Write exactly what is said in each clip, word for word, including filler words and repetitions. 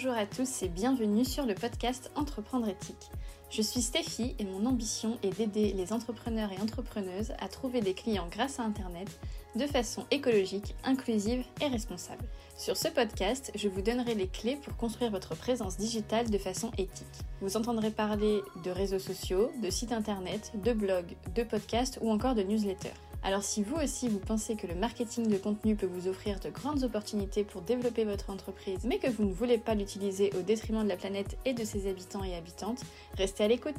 Bonjour à tous et bienvenue sur le podcast Entreprendre éthique. Je suis Stéphie et mon ambition est d'aider les entrepreneurs et entrepreneuses à trouver des clients grâce à Internet de façon écologique, inclusive et responsable. Sur ce podcast, je vous donnerai les clés pour construire votre présence digitale de façon éthique. Vous entendrez parler de réseaux sociaux, de sites internet, de blogs, de podcasts ou encore de newsletters. Alors si vous aussi vous pensez que le marketing de contenu peut vous offrir de grandes opportunités pour développer votre entreprise, mais que vous ne voulez pas l'utiliser au détriment de la planète et de ses habitants et habitantes, restez à l'écoute.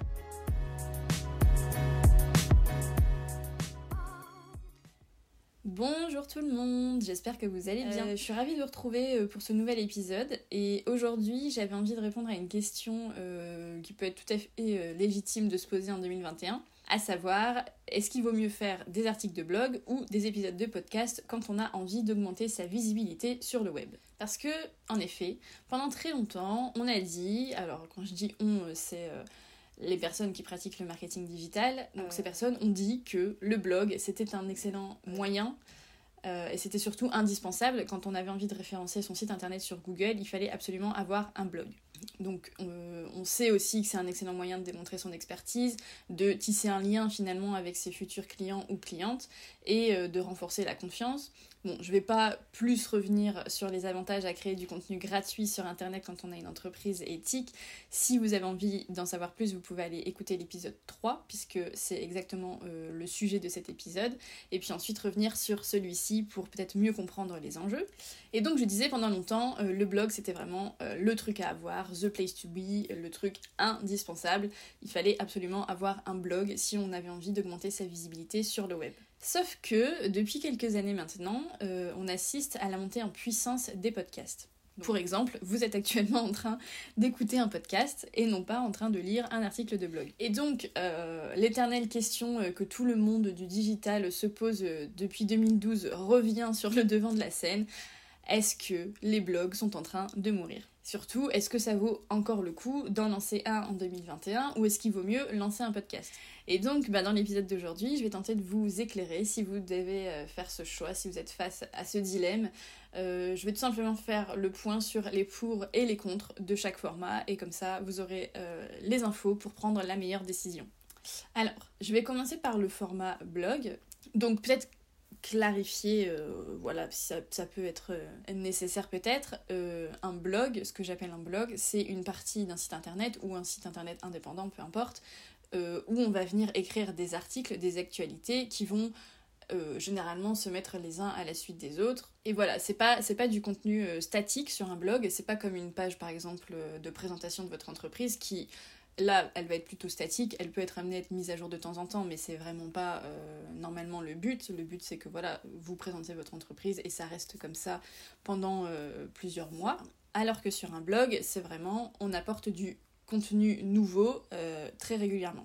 Bonjour tout le monde, j'espère que vous allez bien. Euh, je suis ravie de vous retrouver pour ce nouvel épisode et aujourd'hui j'avais envie de répondre à une question euh, qui peut être tout à fait euh, légitime de se poser en deux mille vingt et un, à savoir, est-ce qu'il vaut mieux faire des articles de blog ou des épisodes de podcast quand on a envie d'augmenter sa visibilité sur le web? Parce que, en effet, pendant très longtemps, on a dit, alors quand je dis on, c'est euh, les personnes qui pratiquent le marketing digital, donc euh... ces personnes ont dit que le blog, c'était un excellent moyen euh, et c'était surtout indispensable. Quand on avait envie de référencer son site internet sur Google, il fallait absolument avoir un blog. Donc euh, on sait aussi que c'est un excellent moyen de démontrer son expertise, de tisser un lien finalement avec ses futurs clients ou clientes et euh, de renforcer la confiance. Bon, je vais pas plus revenir sur les avantages à créer du contenu gratuit sur internet quand on a une entreprise éthique. Si vous avez envie d'en savoir plus, vous pouvez aller écouter l'épisode trois puisque c'est exactement euh, le sujet de cet épisode et puis ensuite revenir sur celui-ci pour peut-être mieux comprendre les enjeux. Et donc je disais pendant longtemps, euh, le blog c'était vraiment euh, le truc à avoir, the place to be, le truc indispensable. Il fallait absolument avoir un blog si on avait envie d'augmenter sa visibilité sur le web. Sauf que, depuis quelques années maintenant, euh, on assiste à la montée en puissance des podcasts. Pour exemple, vous êtes actuellement en train d'écouter un podcast et non pas en train de lire un article de blog. Et donc, euh, l'éternelle question que tout le monde du digital se pose depuis deux mille douze revient sur le devant de la scène. Est-ce que les blogs sont en train de mourir ? Surtout, est-ce que ça vaut encore le coup d'en lancer un en deux mille vingt et un ou est-ce qu'il vaut mieux lancer un podcast ? Et donc, bah, dans l'épisode d'aujourd'hui, je vais tenter de vous éclairer si vous devez euh, faire ce choix, si vous êtes face à ce dilemme. Euh, je vais tout simplement faire le point sur les pour et les contre de chaque format et comme ça, vous aurez euh, les infos pour prendre la meilleure décision. Alors, je vais commencer par le format blog. Donc peut-être clarifier, euh, voilà, ça, ça peut être euh, nécessaire peut-être, euh, un blog, ce que j'appelle un blog, c'est une partie d'un site internet ou un site internet indépendant, peu importe, euh, où on va venir écrire des articles, des actualités qui vont euh, généralement se mettre les uns à la suite des autres. Et voilà, c'est pas, c'est pas du contenu euh, statique sur un blog, c'est pas comme une page par exemple euh, de présentation de votre entreprise qui... Là, elle va être plutôt statique, elle peut être amenée à être mise à jour de temps en temps, mais c'est vraiment pas euh, normalement le but. Le but, c'est que voilà, vous présentez votre entreprise et ça reste comme ça pendant euh, plusieurs mois. Alors que sur un blog, c'est vraiment, on apporte du contenu nouveau euh, très régulièrement.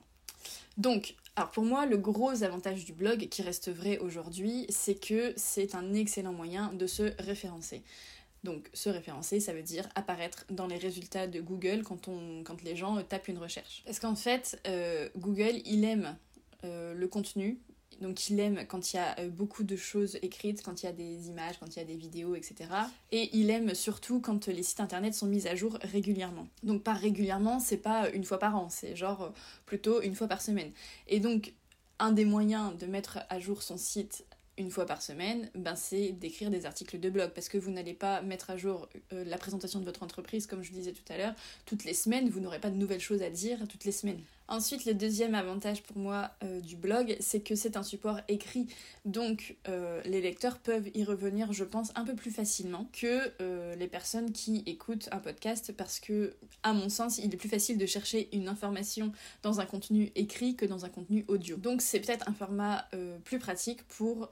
Donc, alors pour moi, le gros avantage du blog, qui reste vrai aujourd'hui, c'est que c'est un excellent moyen de se référencer. Donc, se référencer, ça veut dire apparaître dans les résultats de Google quand, on, quand les gens tapent une recherche. Parce qu'en fait, euh, Google, il aime euh, le contenu, donc il aime quand il y a beaucoup de choses écrites, quand il y a des images, quand il y a des vidéos, et cetera. Et il aime surtout quand les sites internet sont mis à jour régulièrement. Donc par régulièrement, c'est pas une fois par an, c'est genre plutôt une fois par semaine. Et donc, un des moyens de mettre à jour son site une fois par semaine, ben c'est d'écrire des articles de blog, parce que vous n'allez pas mettre à jour euh, la présentation de votre entreprise, comme je disais tout à l'heure, toutes les semaines, vous n'aurez pas de nouvelles choses à dire toutes les semaines. Ensuite, le deuxième avantage pour moi euh, du blog, c'est que c'est un support écrit, donc euh, les lecteurs peuvent y revenir, je pense, un peu plus facilement que euh, les personnes qui écoutent un podcast, parce que, à mon sens, il est plus facile de chercher une information dans un contenu écrit que dans un contenu audio. Donc c'est peut-être un format euh, plus pratique pour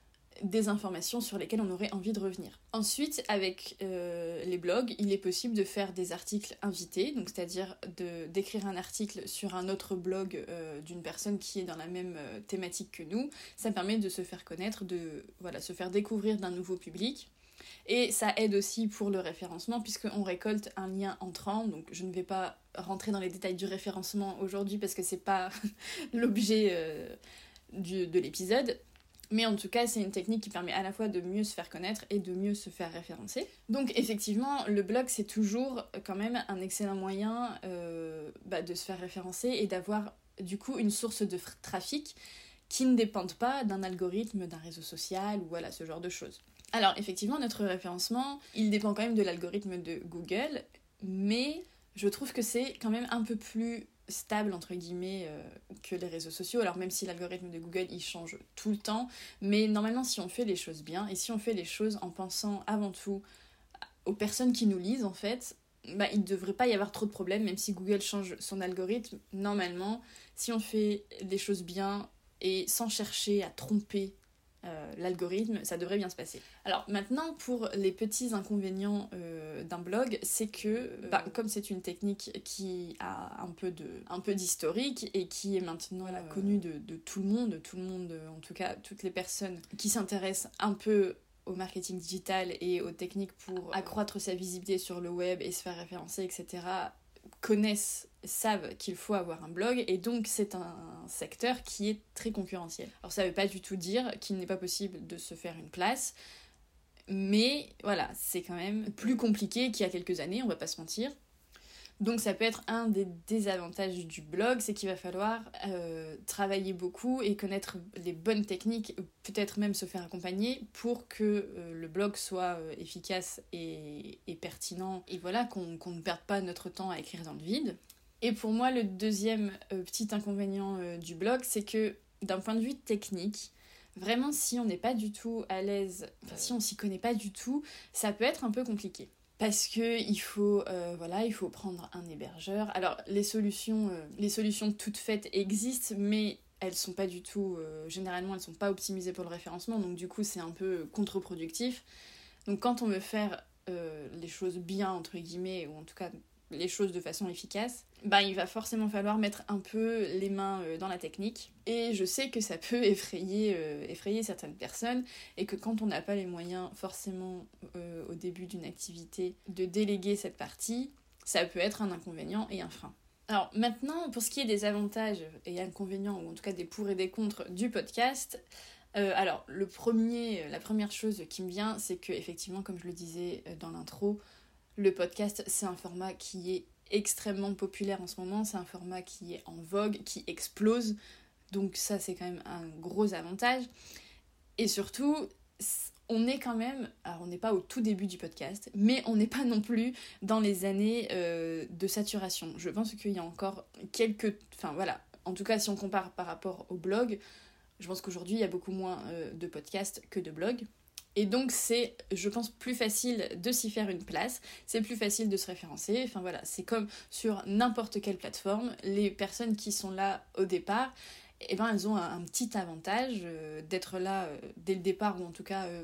des informations sur lesquelles on aurait envie de revenir. Ensuite, avec euh, les blogs, il est possible de faire des articles invités, donc c'est-à-dire de, d'écrire un article sur un autre blog euh, d'une personne qui est dans la même euh, thématique que nous. Ça permet de se faire connaître, de voilà, se faire découvrir d'un nouveau public. Et ça aide aussi pour le référencement, puisqu'on récolte un lien entrant, donc je ne vais pas rentrer dans les détails du référencement aujourd'hui parce que c'est pas l'objet euh, du, de l'épisode. Mais en tout cas, c'est une technique qui permet à la fois de mieux se faire connaître et de mieux se faire référencer. Donc effectivement, le blog, c'est toujours quand même un excellent moyen euh, bah, de se faire référencer et d'avoir du coup une source de trafic qui ne dépendent pas d'un algorithme, d'un réseau social ou voilà, ce genre de choses. Alors effectivement, notre référencement, il dépend quand même de l'algorithme de Google, mais je trouve que c'est quand même un peu plus stable entre guillemets euh, que les réseaux sociaux. Alors même si l'algorithme de Google il change tout le temps, mais normalement si on fait les choses bien et si on fait les choses en pensant avant tout aux personnes qui nous lisent en fait, bah, il ne devrait pas y avoir trop de problèmes. Même si Google change son algorithme, normalement si on fait les choses bien et sans chercher à tromper Euh, l'algorithme, ça devrait bien se passer. Alors maintenant, pour les petits inconvénients euh, d'un blog, c'est que, bah, comme c'est une technique qui a un peu, de, un peu d'historique et qui est maintenant voilà, connue de, de tout le monde, tout le monde, en tout cas toutes les personnes qui s'intéressent un peu au marketing digital et aux techniques pour accroître sa visibilité sur le web et se faire référencer, et cetera, connaissent, savent qu'il faut avoir un blog, et donc c'est un secteur qui est très concurrentiel. Alors ça veut pas du tout dire qu'il n'est pas possible de se faire une place, mais voilà, c'est quand même plus compliqué qu'il y a quelques années, on va pas se mentir. Donc ça peut être un des désavantages du blog, c'est qu'il va falloir euh, travailler beaucoup et connaître les bonnes techniques, peut-être même se faire accompagner pour que euh, le blog soit euh, efficace et, et pertinent, et voilà, qu'on, qu'on ne perde pas notre temps à écrire dans le vide. Et pour moi, le deuxième euh, petit inconvénient euh, du blog, c'est que d'un point de vue technique, vraiment si on n'est pas du tout à l'aise, enfin si on s'y connaît pas du tout, ça peut être un peu compliqué. Parce que il faut, euh, voilà, il faut prendre un hébergeur. Alors, les solutions, euh, les solutions toutes faites existent, mais elles sont pas du tout... Euh, généralement, elles sont pas optimisées pour le référencement, donc du coup, c'est un peu contre-productif. Donc, quand on veut faire euh, les choses bien, entre guillemets, ou en tout cas les choses de façon efficace, bah, il va forcément falloir mettre un peu les mains euh, dans la technique. Et je sais que ça peut effrayer, euh, effrayer certaines personnes, et que quand on n'a pas les moyens forcément euh, au début d'une activité de déléguer cette partie, ça peut être un inconvénient et un frein. Alors maintenant, pour ce qui est des avantages et inconvénients, ou en tout cas des pour et des contre du podcast, euh, alors le premier, la première chose qui me vient, c'est que effectivement, comme je le disais dans l'intro, le podcast, c'est un format qui est extrêmement populaire en ce moment, c'est un format qui est en vogue, qui explose, donc ça c'est quand même un gros avantage. Et surtout, on est quand même, alors on n'est pas au tout début du podcast, mais on n'est pas non plus dans les années euh, de saturation. Je pense qu'il y a encore quelques... Enfin voilà, en tout cas si on compare par rapport au blog, je pense qu'aujourd'hui il y a beaucoup moins euh, de podcasts que de blogs. Et donc c'est, je pense, plus facile de s'y faire une place, c'est plus facile de se référencer, enfin voilà, c'est comme sur n'importe quelle plateforme, les personnes qui sont là au départ, eh ben elles ont un, un petit avantage euh, d'être là euh, dès le départ, ou en tout cas euh,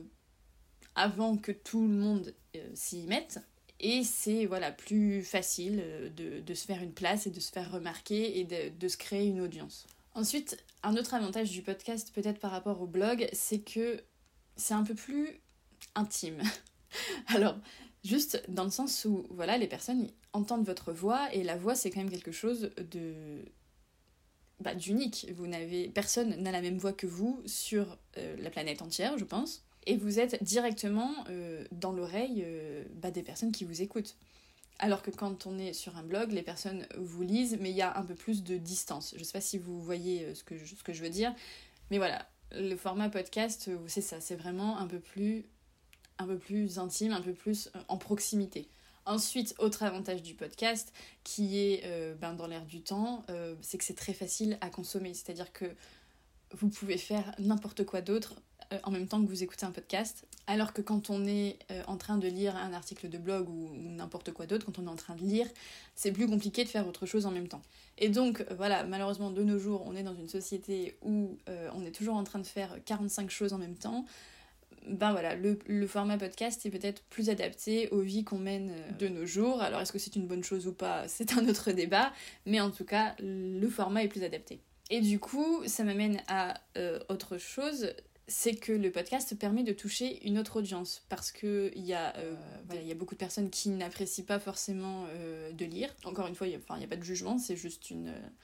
avant que tout le monde euh, s'y mette, et c'est voilà, plus facile euh, de, de se faire une place et de se faire remarquer et de, de se créer une audience. Ensuite, un autre avantage du podcast, peut-être par rapport au blog, c'est que c'est un peu plus intime. Alors, juste dans le sens où, voilà, les personnes entendent votre voix, et la voix, c'est quand même quelque chose de... Bah, d'unique. Vous n'avez... Personne n'a la même voix que vous sur euh, la planète entière, je pense. Et vous êtes directement euh, dans l'oreille euh, bah, des personnes qui vous écoutent. Alors que quand on est sur un blog, les personnes vous lisent, mais il y a un peu plus de distance. Je sais pas si vous voyez ce que je, ce que je veux dire, mais voilà. Le format podcast, c'est ça, c'est vraiment un peu plus, un peu plus intime, un peu plus en proximité. Ensuite, autre avantage du podcast, qui est euh, ben, dans l'air du temps, euh, c'est que c'est très facile à consommer. C'est-à-dire que vous pouvez faire n'importe quoi d'autre euh, en même temps que vous écoutez un podcast. Alors que quand on est euh, en train de lire un article de blog ou, ou n'importe quoi d'autre, quand on est en train de lire, c'est plus compliqué de faire autre chose en même temps. Et donc, euh, voilà, malheureusement, de nos jours, on est dans une société où euh, on est toujours en train de faire quarante-cinq choses en même temps. Ben voilà, le, le format podcast est peut-être plus adapté aux vies qu'on mène de nos jours. Alors, est-ce que c'est une bonne chose ou pas ? C'est un autre débat. Mais en tout cas, le format est plus adapté. Et du coup, ça m'amène à euh, autre chose, c'est que le podcast permet de toucher une autre audience, parce qu'il y, euh, voilà, y a beaucoup de personnes qui n'apprécient pas forcément euh, de lire. Encore une fois, il n'y a, a pas de jugement, c'est juste une,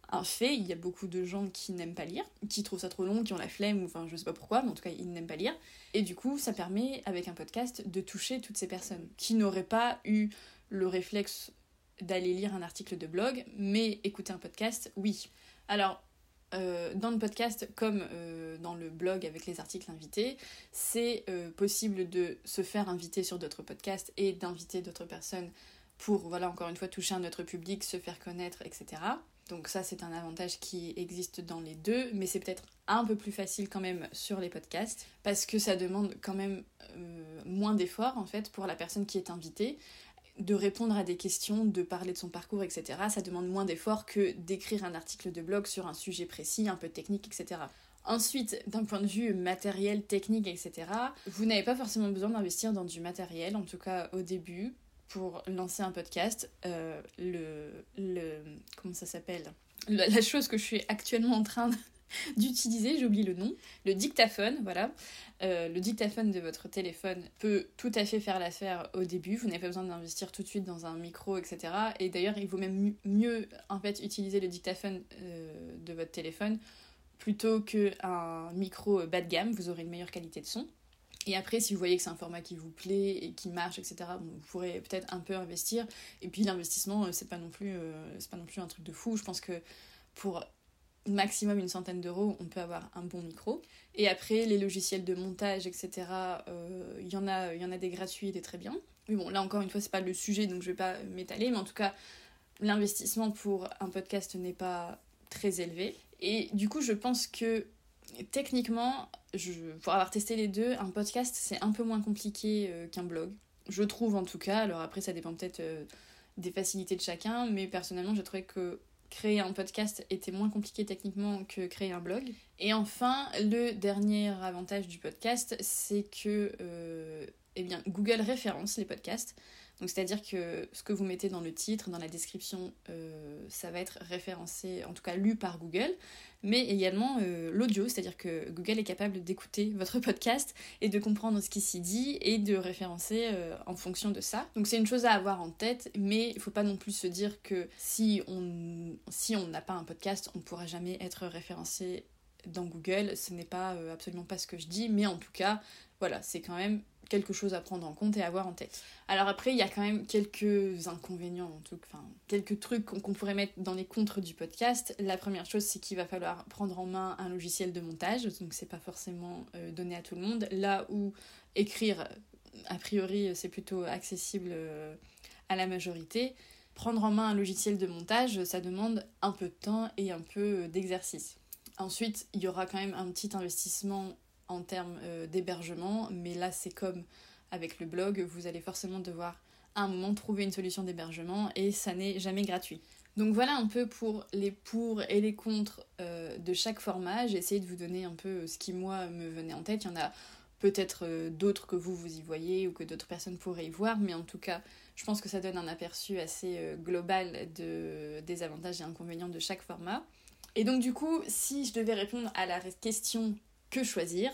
un fait. Il y a beaucoup de gens qui n'aiment pas lire, qui trouvent ça trop long, qui ont la flemme, ou enfin je sais pas pourquoi, mais en tout cas ils n'aiment pas lire. Et du coup, ça permet, avec un podcast, de toucher toutes ces personnes qui n'auraient pas eu le réflexe d'aller lire un article de blog, mais écouter un podcast, oui. Alors, euh, dans le podcast, comme euh, dans le blog avec les articles invités, c'est euh, possible de se faire inviter sur d'autres podcasts et d'inviter d'autres personnes pour, voilà, encore une fois, toucher un autre public, se faire connaître, et cetera. Donc ça, c'est un avantage qui existe dans les deux, mais c'est peut-être un peu plus facile quand même sur les podcasts, parce que ça demande quand même euh, moins d'efforts, en fait, pour la personne qui est invitée, de répondre à des questions, de parler de son parcours, et cetera. Ça demande moins d'efforts que d'écrire un article de blog sur un sujet précis, un peu technique, et cetera. Ensuite, d'un point de vue matériel, technique, et cetera, vous n'avez pas forcément besoin d'investir dans du matériel, en tout cas au début, pour lancer un podcast. Euh, le, le... Comment ça s'appelle ? la, la chose que je suis actuellement en train de... d'utiliser, j'oublie le nom, le dictaphone, voilà. Euh, le dictaphone de votre téléphone peut tout à fait faire l'affaire au début, vous n'avez pas besoin d'investir tout de suite dans un micro, et cetera. Et d'ailleurs, il vaut même mieux en fait utiliser le dictaphone euh, de votre téléphone plutôt qu'un micro bas de gamme, vous aurez une meilleure qualité de son. Et après, si vous voyez que c'est un format qui vous plaît et qui marche, et cetera, bon, vous pourrez peut-être un peu investir. Et puis l'investissement, c'est pas non plus, euh, c'est pas non plus un truc de fou. Je pense que pour maximum une centaine d'euros, on peut avoir un bon micro. Et après, les logiciels de montage, et cetera, il euh, y en a, y en a des gratuits et des très bien. Mais bon, là encore une fois, c'est pas le sujet, donc je vais pas m'étaler. Mais en tout cas, l'investissement pour un podcast n'est pas très élevé. Et du coup, je pense que techniquement, je, pour avoir testé les deux, un podcast, c'est un peu moins compliqué euh, qu'un blog. Je trouve en tout cas. Alors après, ça dépend peut-être euh, des facilités de chacun. Mais personnellement, j'ai trouvé que créer un podcast était moins compliqué techniquement que créer un blog. Et enfin, le dernier avantage du podcast, c'est que euh, eh bien, Google référence les podcasts. Donc c'est-à-dire que ce que vous mettez dans le titre, dans la description, euh, ça va être référencé, en tout cas lu par Google, mais également euh, l'audio, c'est-à-dire que Google est capable d'écouter votre podcast et de comprendre ce qui s'y dit et de référencer euh, en fonction de ça. Donc c'est une chose à avoir en tête, mais il ne faut pas non plus se dire que si on si on n'a pas un podcast, on ne pourra jamais être référencé dans Google. Ce n'est pas euh, absolument pas ce que je dis, mais en tout cas, voilà, c'est quand même quelque chose à prendre en compte et à avoir en tête. Alors après, il y a quand même quelques inconvénients, en tout, enfin, quelques trucs qu'on, qu'on pourrait mettre dans les contres du podcast. La première chose, c'est qu'il va falloir prendre en main un logiciel de montage, donc c'est pas forcément euh, donné à tout le monde. Là où écrire, a priori, c'est plutôt accessible euh, à la majorité. Prendre en main un logiciel de montage, ça demande un peu de temps et un peu d'exercice. Ensuite, il y aura quand même un petit investissement en termes euh, d'hébergement, mais là c'est comme avec le blog, vous allez forcément devoir à un moment trouver une solution d'hébergement et ça n'est jamais gratuit. Donc voilà un peu pour les pour et les contre euh, de chaque format. J'ai essayé de vous donner un peu ce qui moi me venait en tête. Il y en a peut-être euh, d'autres que vous vous y voyez ou que d'autres personnes pourraient y voir, mais en tout cas je pense que ça donne un aperçu assez euh, global de, des avantages et inconvénients de chaque format. Et donc du coup, si je devais répondre à la question que choisir,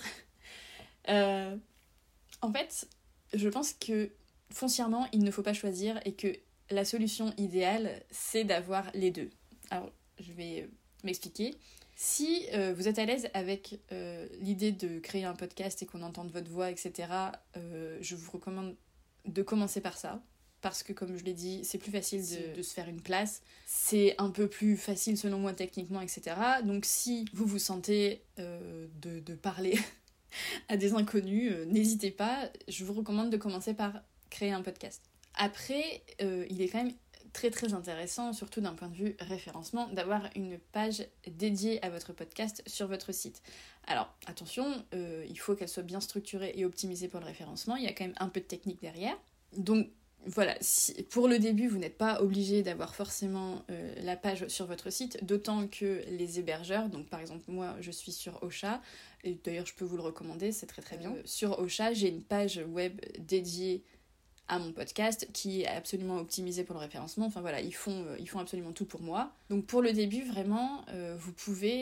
euh, en fait, je pense que foncièrement, il ne faut pas choisir et que la solution idéale, c'est d'avoir les deux. Alors, je vais m'expliquer. Si euh, vous êtes à l'aise avec euh, l'idée de créer un podcast et qu'on entende votre voix, et cetera, euh, je vous recommande de commencer par ça. Parce que, comme je l'ai dit, c'est plus facile de, de se faire une place. C'est un peu plus facile, selon moi, techniquement, et cetera. Donc, si vous vous sentez euh, de, de parler à des inconnus, euh, n'hésitez pas. Je vous recommande de commencer par créer un podcast. Après, euh, il est quand même très très intéressant, surtout d'un point de vue référencement, d'avoir une page dédiée à votre podcast sur votre site. Alors, attention, euh, il faut qu'elle soit bien structurée et optimisée pour le référencement. Il y a quand même un peu de technique derrière. Donc, voilà, si, pour le début, vous n'êtes pas obligé d'avoir forcément euh, la page sur votre site, d'autant que les hébergeurs, donc par exemple moi je suis sur Ocha, et d'ailleurs je peux vous le recommander, c'est très très bien. Euh, sur Ocha, j'ai une page web dédiée à mon podcast qui est absolument optimisée pour le référencement. Enfin voilà, ils font, euh, ils font absolument tout pour moi. Donc pour le début, vraiment, euh, vous pouvez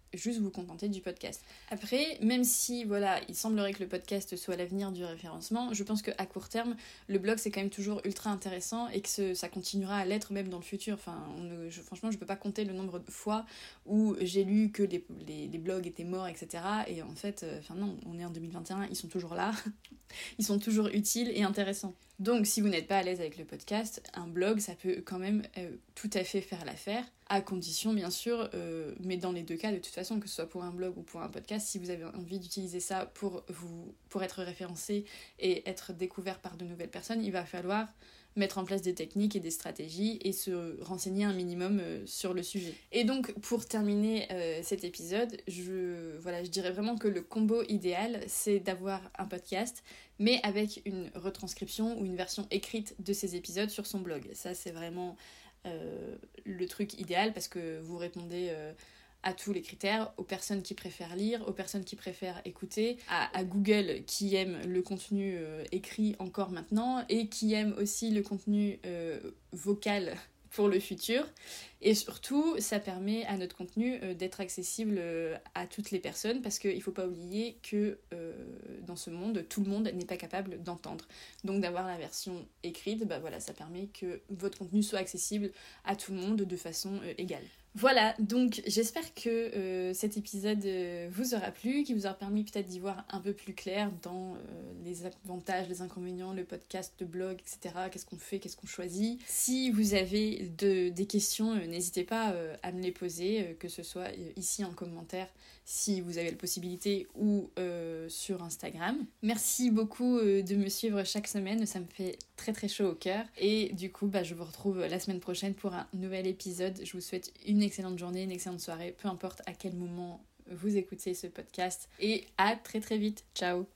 juste vous contenter du podcast. Après, même si voilà, il semblerait que le podcast soit l'avenir du référencement, je pense qu'à court terme, le blog c'est quand même toujours ultra intéressant et que ce, ça continuera à l'être même dans le futur. Enfin, on, je, franchement, je peux pas compter le nombre de fois où j'ai lu que les, les, les blogs étaient morts, et cetera. Et en fait, euh, enfin non, on est en deux mille vingt et un, ils sont toujours là, ils sont toujours utiles et intéressants. Donc si vous n'êtes pas à l'aise avec le podcast, un blog ça peut quand même euh, tout à fait faire l'affaire, à condition bien sûr, euh, mais dans les deux cas de toute façon, que ce soit pour un blog ou pour un podcast, si vous avez envie d'utiliser ça pour, vous, pour être référencé et être découvert par de nouvelles personnes, il va falloir mettre en place des techniques et des stratégies et se renseigner un minimum euh, sur le sujet. Et donc pour terminer euh, cet épisode, je, voilà, je dirais vraiment que le combo idéal c'est d'avoir un podcast mais avec une retranscription ou une version écrite de ces épisodes sur son blog. Ça c'est vraiment euh, le truc idéal parce que vous répondez euh, à tous les critères, aux personnes qui préfèrent lire, aux personnes qui préfèrent écouter, à, à Google qui aime le contenu euh, écrit encore maintenant et qui aime aussi le contenu euh, vocal pour le futur. Et surtout, ça permet à notre contenu euh, d'être accessible euh, à toutes les personnes parce qu'il ne faut pas oublier que euh, dans ce monde, tout le monde n'est pas capable d'entendre. Donc d'avoir la version écrite, bah voilà, ça permet que votre contenu soit accessible à tout le monde de façon euh, égale. Voilà, donc j'espère que euh, cet épisode euh, vous aura plu, qui vous aura permis peut-être d'y voir un peu plus clair dans euh, les avantages, les inconvénients, le podcast, le blog, et cetera. Qu'est-ce qu'on fait, qu'est-ce qu'on choisit. Si vous avez de, des questions, euh, n'hésitez pas euh, à me les poser, euh, que ce soit euh, ici en commentaire, si vous avez la possibilité, ou euh, sur Instagram. Merci beaucoup euh, de me suivre chaque semaine, ça me fait très très chaud au cœur. Et du coup, bah, je vous retrouve la semaine prochaine pour un nouvel épisode. Je vous souhaite une excellente journée, une excellente soirée, peu importe à quel moment vous écoutez ce podcast. Et à très très vite. Ciao.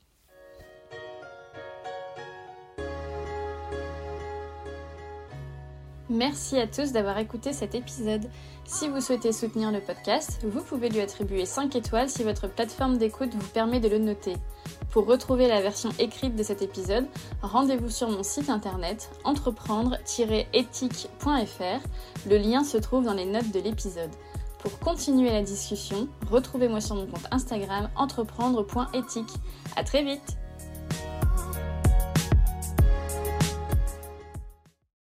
Merci à tous d'avoir écouté cet épisode. Si vous souhaitez soutenir le podcast, vous pouvez lui attribuer cinq étoiles si votre plateforme d'écoute vous permet de le noter. Pour retrouver la version écrite de cet épisode, rendez-vous sur mon site internet entreprendre tiret éthique point f r. Le lien se trouve dans les notes de l'épisode. Pour continuer la discussion, retrouvez-moi sur mon compte Instagram entreprendre point éthique. À très vite!